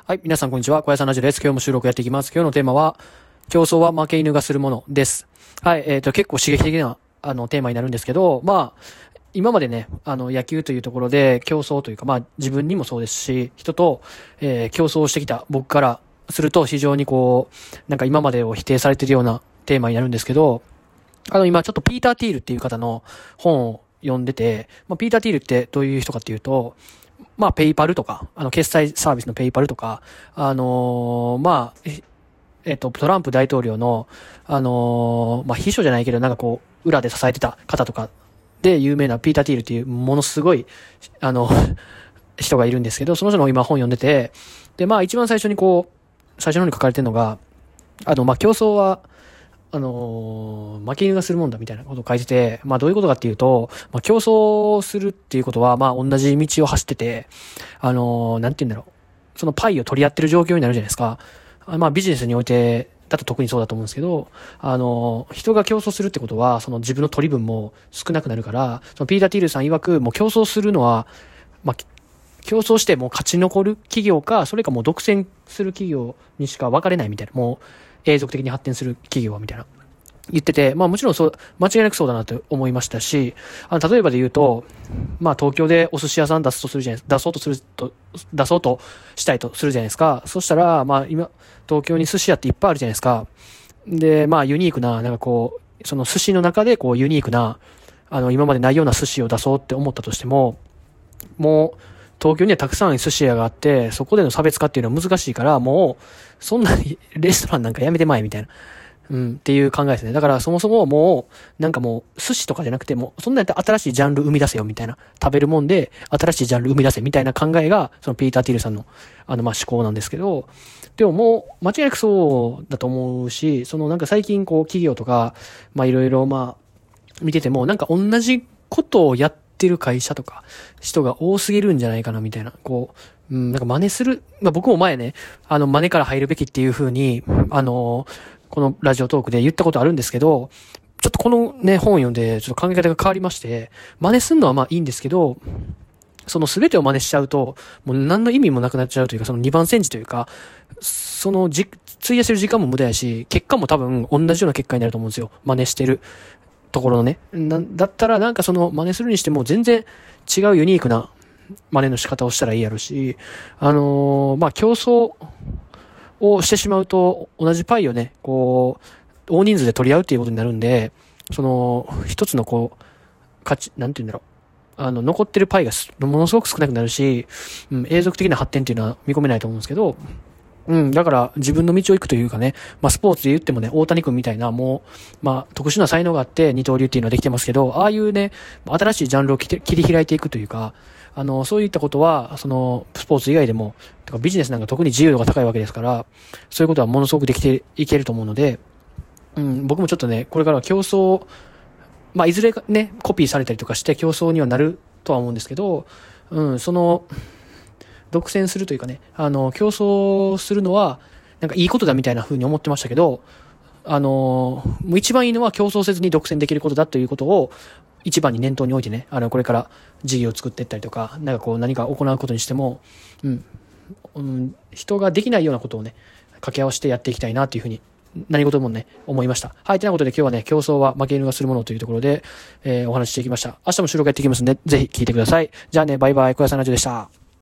はい、皆さんこんにちは。小屋さんラジオです。今日も収録やっていきます。今日のテーマは、競争は負け犬がするものです。はい、結構刺激的な、テーマになるんですけど、今までね、野球というところで競争というか、自分にもそうですし、人と、競争してきた僕からすると非常になんか今までを否定されているようなテーマになるんですけど、今ちょっとピーター・ティールっていう方の本を読んでて、ピーター・ティールってどういう人かっていうと、ペイパルとか、決済サービスのペイパルとか、トランプ大統領の、秘書じゃないけど、裏で支えてた方とかで有名なピーター・ティールっていうものすごい、人がいるんですけど、その人の今本読んでて、で、一番最初に最初の方に書かれてるのが、競争は、負け犬がするもんだみたいなことを書いてて、どういうことかっていうと、競争するっていうことは、同じ道を走ってて、なんて言うんだろう。そのパイを取り合ってる状況になるじゃないですか。ビジネスにおいて、だと特にそうだと思うんですけど、人が競争するってことは、その自分の取り分も少なくなるから、そのピーター・ティールさん曰く、もう競争するのは、競争してもう勝ち残る企業か、それかもう独占する企業にしか分かれないみたいな、もう永続的に発展する企業はみたいな。言ってて、もちろんそう、間違いなくそうだなと思いましたし、例えばで言うと、東京でお寿司屋さん出そうとしたいとするじゃないですか。そしたら、今、東京に寿司屋っていっぱいあるじゃないですか。で、ユニークな、その寿司の中でユニークな、今までないような寿司を出そうって思ったとしても、もう、東京にはたくさん寿司屋があって、そこでの差別化っていうのは難しいから、もう、そんなにレストランなんかやめてまえみたいな。っていう考えですね。だからそもそももう、寿司とかじゃなくても、そんなやったら新しいジャンル生み出せよみたいな。食べるもんで新しいジャンル生み出せみたいな考えが、そのピーター・ティールさんの、思考なんですけど、でももう、間違いなくそうだと思うし、最近企業とか、いろいろ見てても、同じことをやってる会社とか、人が多すぎるんじゃないかなみたいな。真似する。僕も前ね、真似から入るべきっていう風に、このラジオトークで言ったことあるんですけど、ちょっとこのね、本を読んで、ちょっと考え方が変わりまして、真似するのはいいんですけど、その全てを真似しちゃうと、もう何の意味もなくなっちゃうというか、その2番煎じというか、費やしてる時間も無駄やし、結果も多分同じような結果になると思うんですよ。真似してるところのね。だったらその真似するにしても全然違うユニークな真似の仕方をしたらいいやろし、競争をしてしまうと、同じパイをね、大人数で取り合うっていうことになるんで、一つのなんて言うんだろう。残ってるパイがものすごく少なくなるし、永続的な発展っていうのは見込めないと思うんですけど、だから自分の道を行くというかね、スポーツで言ってもね、大谷君みたいな、もう、特殊な才能があって二刀流っていうのはできてますけど、ああいうね、新しいジャンルを切り開いていくというか、そういったことは、スポーツ以外でも、ビジネスなんか特に自由度が高いわけですから、そういうことはものすごくできていけると思うので、僕もちょっとね、これからは競争、いずれね、コピーされたりとかして競争にはなるとは思うんですけど、独占するというかね、競争するのは、いいことだみたいな風に思ってましたけど、もう一番いいのは競争せずに独占できることだということを、一番に念頭に置いてね、これから事業を作っていったりとか、何か行うことにしても、人ができないようなことをね、掛け合わせてやっていきたいなというふうに、何事もね、思いました。はい、ということで今日はね、競争は負け犬がするものというところで、お話ししていきました。明日も収録やっていきますんで、ぜひ聞いてください。じゃあね、バイバイ、小屋さんラジオでした。